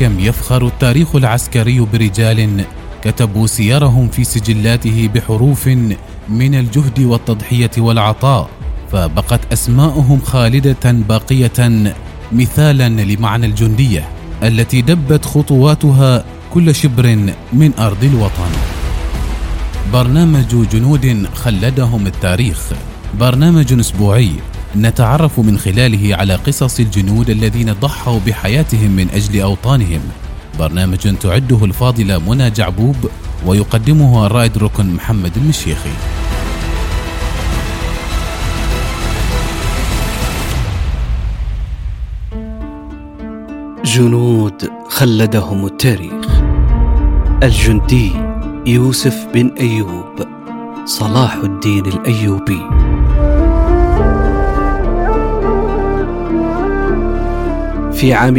كم يفخر التاريخ العسكري برجال كتبوا سيرهم في سجلاته بحروف من الجهد والتضحية والعطاء، فبقت أسماؤهم خالدة باقية مثالا لمعنى الجندية التي دبت خطواتها كل شبر من أرض الوطن. برنامج جنود خلدهم التاريخ، برنامج أسبوعي نتعرف من خلاله على قصص الجنود الذين ضحوا بحياتهم من أجل أوطانهم. برنامج تعده الفاضلة منى جعبوب ويقدمه الرائد ركن محمد المشيخي. جنود خلدهم التاريخ. الجندي يوسف بن أيوب صلاح الدين الأيوبي. في عام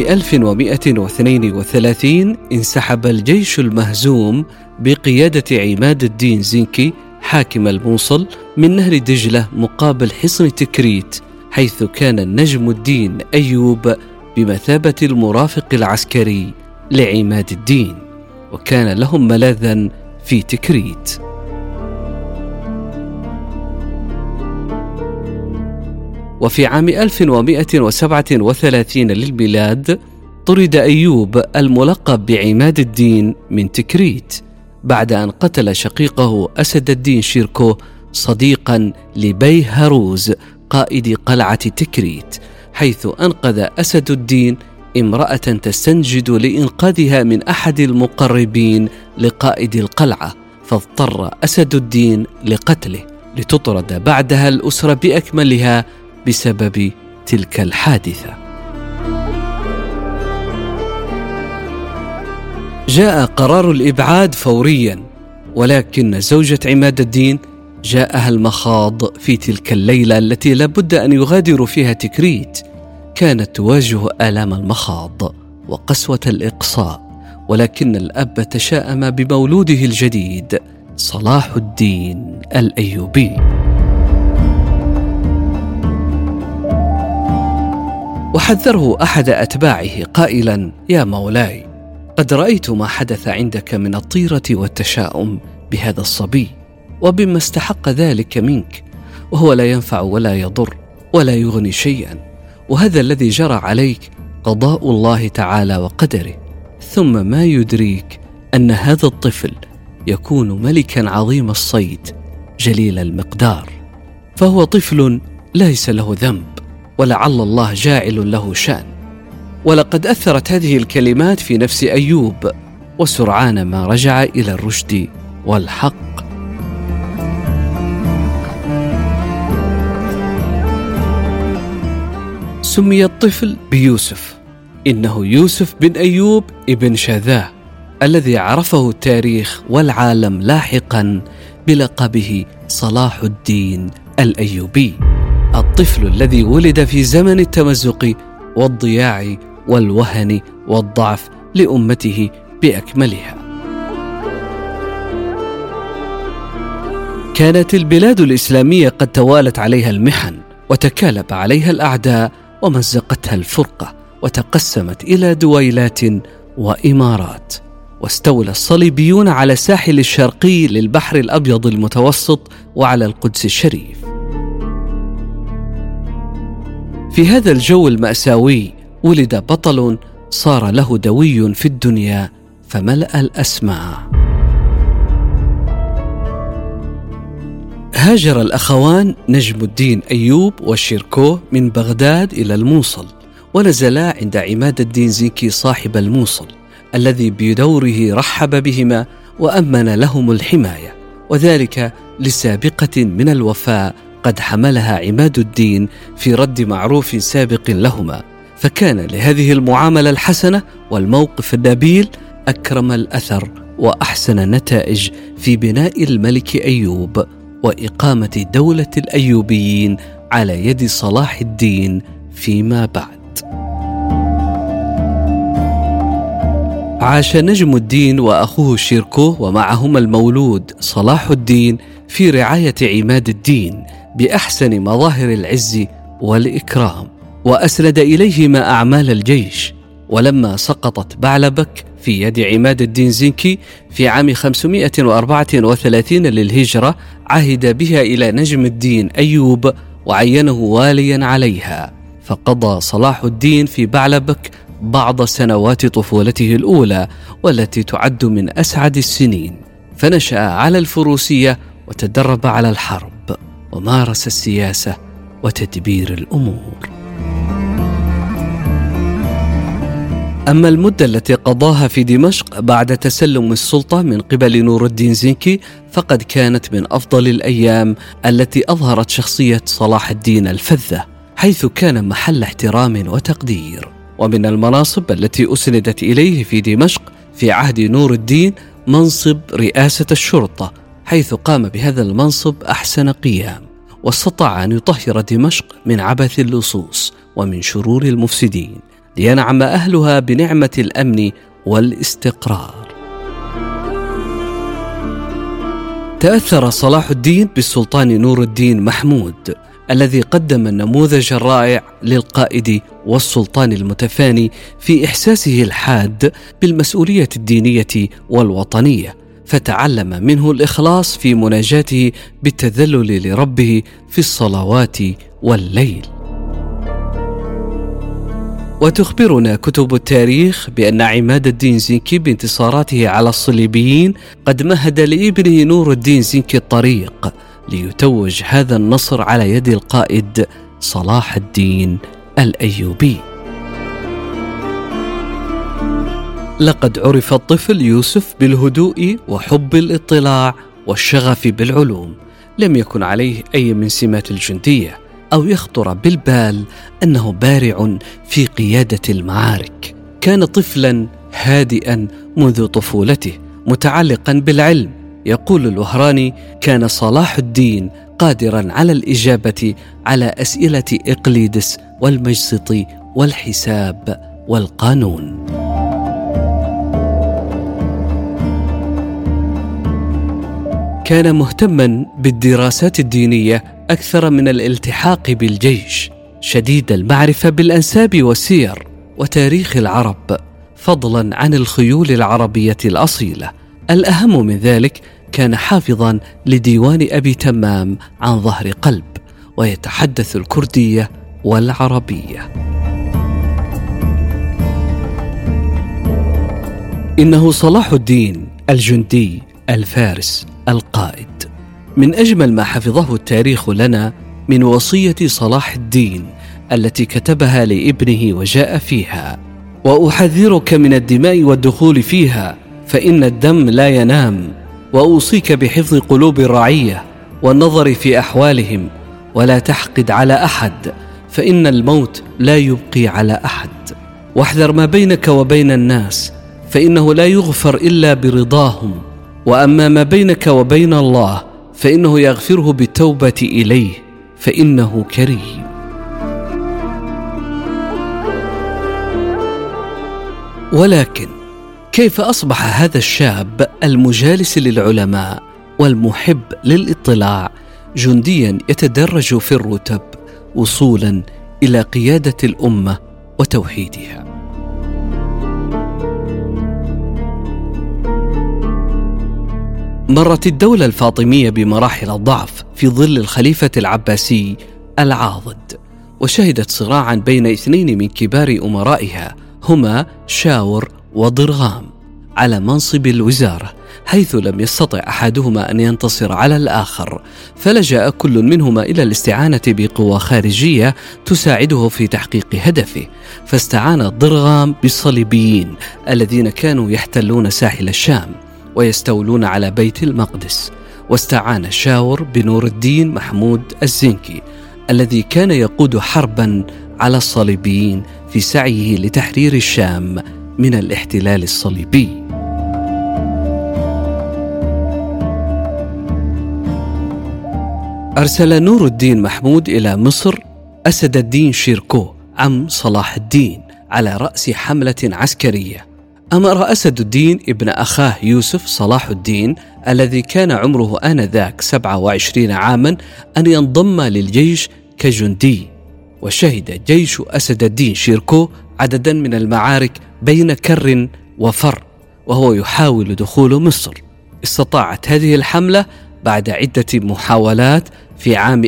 1132 انسحب الجيش المهزوم بقيادة عماد الدين زنكي حاكم الموصل من نهر دجلة مقابل حصن تكريت، حيث كان النجم الدين أيوب بمثابة المرافق العسكري لعماد الدين، وكان لهم ملاذا في تكريت. وفي عام 1137 للميلاد طرد أيوب الملقب بعماد الدين من تكريت بعد أن قتل شقيقه أسد الدين شيركو صديقا لبي هروز قائد قلعة تكريت، حيث أنقذ أسد الدين امرأة تستنجد لإنقاذها من أحد المقربين لقائد القلعة، فاضطر أسد الدين لقتله، لتطرد بعدها الأسرة بأكملها بسبب تلك الحادثة. جاء قرار الإبعاد فوريا، ولكن زوجة عماد الدين جاءها المخاض في تلك الليلة التي لابد أن يغادروا فيها تكريت. كانت تواجه آلام المخاض وقسوة الإقصاء، ولكن الأب تشاءم بمولوده الجديد صلاح الدين الأيوبي. وحذره أحد أتباعه قائلا: يا مولاي، قد رأيت ما حدث عندك من الطيرة والتشاؤم بهذا الصبي، وبما استحق ذلك منك، وهو لا ينفع ولا يضر ولا يغني شيئا، وهذا الذي جرى عليك قضاء الله تعالى وقدره، ثم ما يدريك أن هذا الطفل يكون ملكا عظيم الصيد جليل المقدار، فهو طفل ليس له ذنب، ولعل الله جاعل له شأن. ولقد أثرت هذه الكلمات في نفس أيوب، وسرعان ما رجع إلى الرشد والحق. سمي الطفل بيوسف، إنه يوسف بن أيوب ابن شاذاه، الذي عرفه التاريخ والعالم لاحقا بلقبه صلاح الدين الأيوبي، الطفل الذي ولد في زمن التمزق والضياع والوهن والضعف لأمته بأكملها. كانت البلاد الإسلامية قد توالت عليها المحن، وتكالب عليها الأعداء، ومزقتها الفرقة، وتقسمت إلى دويلات وإمارات، واستولى الصليبيون على الساحل الشرقي للبحر الأبيض المتوسط وعلى القدس الشريف. في هذا الجو المأساوي ولد بطل صار له دوي في الدنيا فملأ الأسماع. هاجر الأخوان نجم الدين أيوب والشيركو من بغداد إلى الموصل، ونزلا عند عماد الدين زنكي صاحب الموصل، الذي بدوره رحب بهما وأمن لهم الحماية، وذلك لسابقة من الوفاء قد حملها عماد الدين في رد معروف سابق لهما، فكان لهذه المعاملة الحسنة والموقف النبيل أكرم الأثر وأحسن النتائج في بناء الملك أيوب وإقامة دولة الأيوبيين على يد صلاح الدين فيما بعد. عاش نجم الدين وأخوه شيركو ومعهما المولود صلاح الدين في رعاية عماد الدين بأحسن مظاهر العز والإكرام، وأسند إليهما أعمال الجيش، ولما سقطت بعلبك في يد عماد الدين زنكي في عام 534 للهجرة عهد بها إلى نجم الدين أيوب وعينه واليا عليها، فقضى صلاح الدين في بعلبك بعض سنوات طفولته الأولى والتي تعد من أسعد السنين، فنشأ على الفروسية وتدرب على الحرب ومارس السياسة وتدبير الأمور. أما المدة التي قضاها في دمشق بعد تسلم السلطة من قبل نور الدين زنكي فقد كانت من أفضل الأيام التي أظهرت شخصية صلاح الدين الفذة، حيث كان محل احترام وتقدير. ومن المناصب التي أسندت إليه في دمشق في عهد نور الدين منصب رئاسة الشرطة، حيث قام بهذا المنصب أحسن قيام، واستطاع أن يطهر دمشق من عبث اللصوص ومن شرور المفسدين، لينعم أهلها بنعمة الأمن والاستقرار. تأثر صلاح الدين بالسلطان نور الدين محمود الذي قدم النموذج الرائع للقائد والسلطان المتفاني في إحساسه الحاد بالمسؤولية الدينية والوطنية، فتعلم منه الإخلاص في مناجاته بالتذلل لربه في الصلوات والليل. وتخبرنا كتب التاريخ بأن عماد الدين زنكي بانتصاراته على الصليبيين قد مهد لابنه نور الدين زنكي الطريق ليتوج هذا النصر على يد القائد صلاح الدين الأيوبي. لقد عرف الطفل يوسف بالهدوء وحب الاطلاع والشغف بالعلوم، لم يكن عليه أي من سمات الجندية أو يخطر بالبال أنه بارع في قيادة المعارك. كان طفلا هادئا منذ طفولته متعلقا بالعلم. يقول الوهراني: كان صلاح الدين قادرا على الإجابة على أسئلة إقليدس والمجسط والحساب والقانون. كان مهتما بالدراسات الدينية أكثر من الالتحاق بالجيش، شديد المعرفة بالأنساب والسير وتاريخ العرب، فضلا عن الخيول العربية الأصيلة. الأهم من ذلك كان حافظا لديوان أبي تمام عن ظهر قلب، ويتحدث الكردية والعربية. إنه صلاح الدين الجندي الفارس القائد. من أجمل ما حفظه التاريخ لنا من وصية صلاح الدين التي كتبها لابنه وجاء فيها: وأحذرك من الدماء والدخول فيها، فإن الدم لا ينام، وأوصيك بحفظ قلوب الرعية والنظر في أحوالهم، ولا تحقد على أحد، فإن الموت لا يبقي على أحد، واحذر ما بينك وبين الناس، فإنه لا يغفر إلا برضاهم، وأما ما بينك وبين الله فإنه يغفره بالتوبة إليه، فإنه كريم. ولكن كيف أصبح هذا الشاب المجالس للعلماء والمحب للاطلاع جنديا يتدرج في الرتب وصولا إلى قيادة الأمة وتوحيدها؟ مرت الدولة الفاطمية بمراحل الضعف في ظل الخليفة العباسي العاضد، وشهدت صراعا بين اثنين من كبار أمرائها هما شاور وضرغام على منصب الوزارة، حيث لم يستطع أحدهما أن ينتصر على الآخر، فلجأ كل منهما إلى الاستعانة بقوى خارجية تساعده في تحقيق هدفه. فاستعان ضرغام بالصليبيين الذين كانوا يحتلون ساحل الشام ويستولون على بيت المقدس، واستعان شاور بنور الدين محمود الزنكي الذي كان يقود حربا على الصليبيين في سعيه لتحرير الشام من الاحتلال الصليبي. أرسل نور الدين محمود إلى مصر أسد الدين شيركو عم صلاح الدين على رأس حملة عسكرية. أمر أسد الدين ابن أخاه يوسف صلاح الدين الذي كان عمره آنذاك 27 عاما أن ينضم للجيش كجندي، وشهد جيش أسد الدين شيركو عددا من المعارك بين كر وفر وهو يحاول دخول مصر. استطاعت هذه الحملة بعد عدة محاولات في عام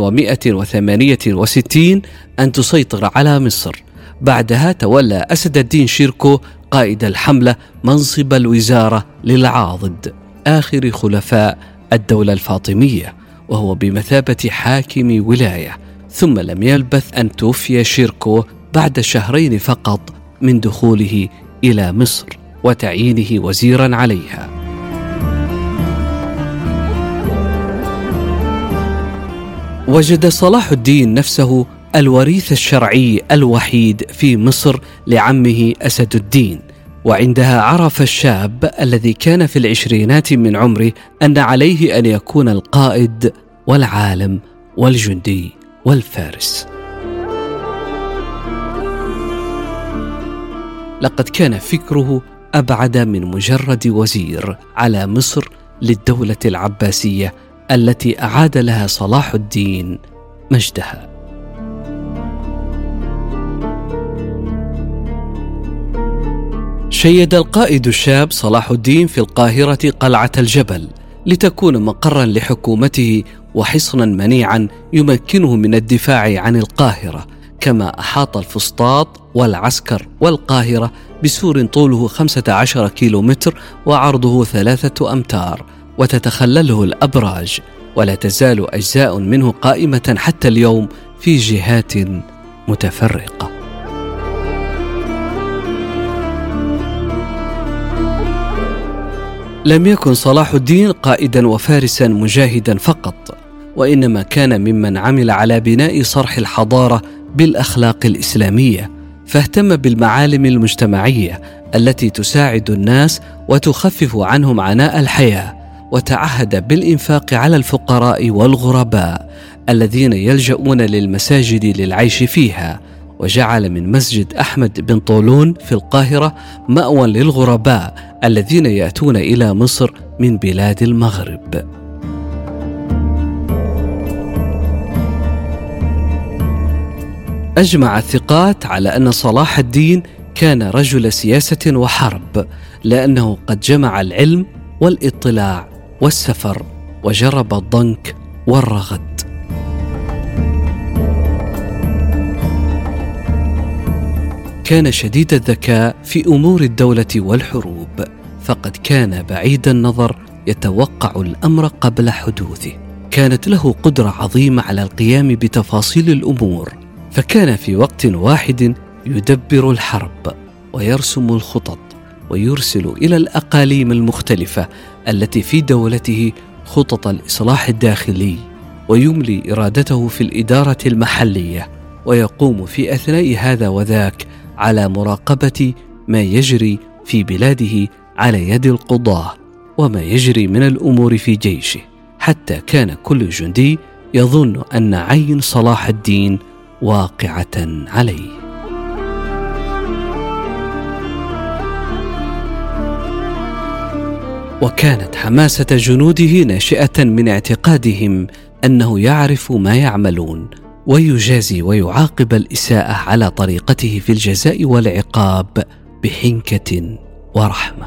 1168 أن تسيطر على مصر. بعدها تولى أسد الدين شيركو قائد الحملة منصب الوزارة للعاضد آخر خلفاء الدولة الفاطمية، وهو بمثابة حاكم ولاية. ثم لم يلبث أن توفي شيركو بعد شهرين فقط من دخوله إلى مصر وتعيينه وزيرا عليها. وجد صلاح الدين نفسه الوريث الشرعي الوحيد في مصر لعمه أسد الدين، وعندها عرف الشاب الذي كان في العشرينات من عمره أن عليه أن يكون القائد والعالم والجندي والفارس. لقد كان فكره أبعد من مجرد وزير على مصر للدولة العباسية التي أعاد لها صلاح الدين مجدها. شيد القائد الشاب صلاح الدين في القاهرة قلعة الجبل لتكون مقرا لحكومته وحصنا منيعا يمكنه من الدفاع عن القاهرة، كما أحاط الفسطاط والعسكر والقاهرة بسور طوله 15 كيلومتر وعرضه 3 أمتار وتتخلله الأبراج، ولا تزال أجزاء منه قائمة حتى اليوم في جهات متفرقة. لم يكن صلاح الدين قائدا وفارسا مجاهدا فقط، وإنما كان ممن عمل على بناء صرح الحضارة بالأخلاق الإسلامية، فاهتم بالمعالم المجتمعية التي تساعد الناس وتخفف عنهم عناء الحياة، وتعهد بالإنفاق على الفقراء والغرباء الذين يلجؤون للمساجد للعيش فيها، وجعل من مسجد أحمد بن طولون في القاهرة مأوى للغرباء الذين يأتون إلى مصر من بلاد المغرب. أجمع الثقات على أن صلاح الدين كان رجل سياسة وحرب، لأنه قد جمع العلم والاطلاع والسفر وجرب الضنك والرغد. كان شديد الذكاء في أمور الدولة والحروب، فقد كان بعيد النظر يتوقع الأمر قبل حدوثه. كانت له قدرة عظيمة على القيام بتفاصيل الأمور، فكان في وقت واحد يدبر الحرب ويرسم الخطط ويرسل إلى الأقاليم المختلفة التي في دولته خطط الإصلاح الداخلي، ويملي إرادته في الإدارة المحلية، ويقوم في أثناء هذا وذاك على مراقبة ما يجري في بلاده على يد القضاة وما يجري من الأمور في جيشه، حتى كان كل جندي يظن أن عين صلاح الدين واقعة عليه. وكانت حماسة جنوده ناشئة من اعتقادهم أنه يعرف ما يعملون، ويجازي ويعاقب الإساءة على طريقته في الجزاء والعقاب بحنكة ورحمة.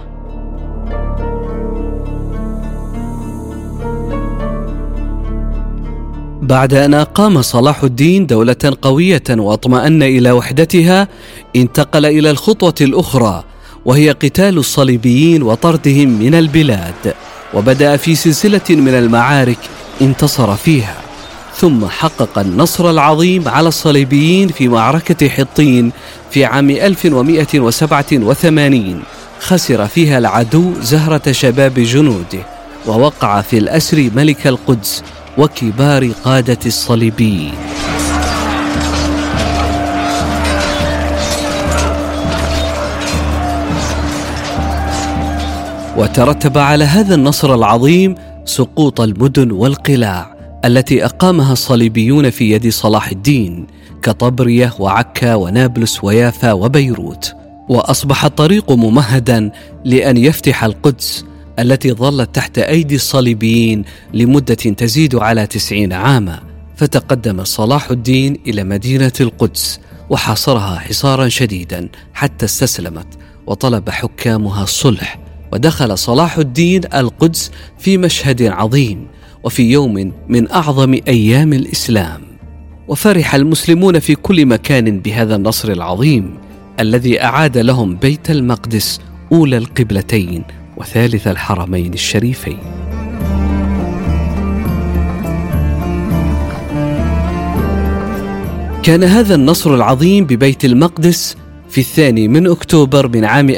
بعد أن أقام صلاح الدين دولة قوية واطمأن إلى وحدتها، انتقل إلى الخطوة الأخرى، وهي قتال الصليبيين وطردهم من البلاد، وبدأ في سلسلة من المعارك انتصر فيها، ثم حقق النصر العظيم على الصليبيين في معركة حطين في عام 1187، خسر فيها العدو زهرة شباب جنوده، ووقع في الأسر ملك القدس وكبار قادة الصليبيين. وترتب على هذا النصر العظيم سقوط المدن والقلاع التي أقامها الصليبيون في يد صلاح الدين كطبرية وعكا ونابلس ويافا وبيروت، وأصبح الطريق ممهدا لأن يفتح القدس التي ظلت تحت أيدي الصليبيين لمدة تزيد على 90 عاما. فتقدم صلاح الدين إلى مدينة القدس وحاصرها حصارا شديدا حتى استسلمت، وطلب حكامها الصلح، ودخل صلاح الدين القدس في مشهد عظيم وفي يوم من أعظم أيام الإسلام. وفرح المسلمون في كل مكان بهذا النصر العظيم الذي أعاد لهم بيت المقدس أولى القبلتين وثالث الحرمين الشريفين. كان هذا النصر العظيم ببيت المقدس في 2 أكتوبر من عام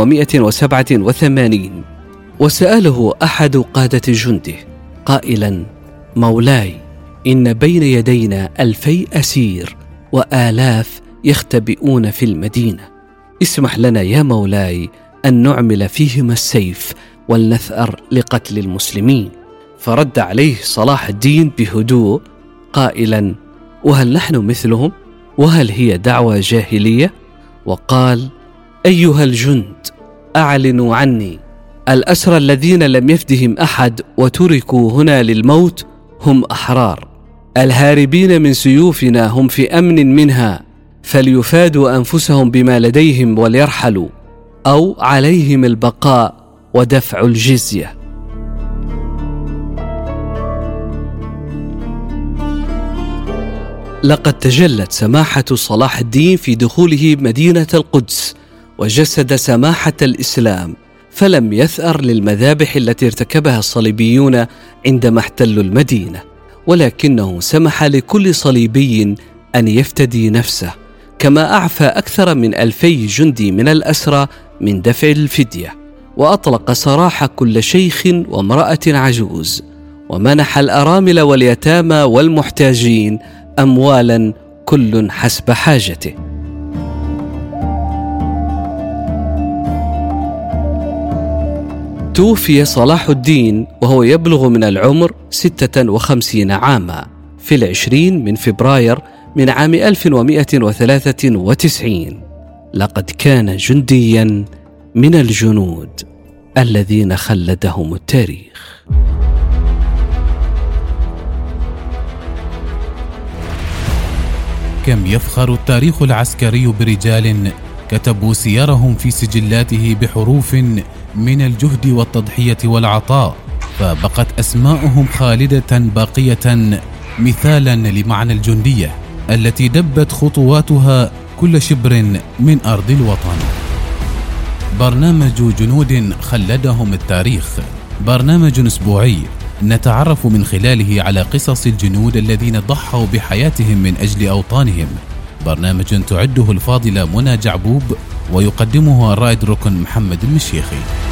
1187، وسأله أحد قادة جنده قائلا: مولاي، إن بين يدينا 2000 أسير وآلاف يختبئون في المدينة، اسمح لنا يا مولاي أن نعمل فيهم السيف ولنثأر لقتل المسلمين. فرد عليه صلاح الدين بهدوء قائلا: وهل نحن مثلهم؟ وهل هي دعوة جاهلية؟ وقال: أيها الجند، أعلنوا عني، الأسرى الذين لم يفدهم أحد وتركوا هنا للموت هم أحرار، الهاربين من سيوفنا هم في أمن منها، فليفادوا أنفسهم بما لديهم وليرحلوا، أو عليهم البقاء ودفع الجزية. لقد تجلت سماحة صلاح الدين في دخوله مدينة القدس، وجسد سماحة الإسلام، فلم يثأر للمذابح التي ارتكبها الصليبيون عندما احتلوا المدينة، ولكنه سمح لكل صليبي أن يفتدي نفسه، كما أعفى أكثر من 2000 جندي من الأسرى من دفع الفدية، وأطلق سراح كل شيخ وامرأة عجوز، ومنح الأرامل واليتامى والمحتاجين أموالا كل حسب حاجته. توفي صلاح الدين وهو يبلغ من العمر 56 عاما في 20 من فبراير من عام 1193. لقد كان جنديا من الجنود الذين خلدهم التاريخ. كم يفخر التاريخ العسكري برجال كتبوا سيرهم في سجلاته بحروف من الجهد والتضحية والعطاء، فبقت أسماؤهم خالدة باقية مثالا لمعنى الجندية التي دبت خطواتها كل شبر من أرض الوطن. برنامج جنود خلدهم التاريخ، برنامج أسبوعي نتعرف من خلاله على قصص الجنود الذين ضحوا بحياتهم من أجل أوطانهم. برنامج تعده الفاضلة منى جعبوب ويقدمه الرائد ركن محمد المشيخي.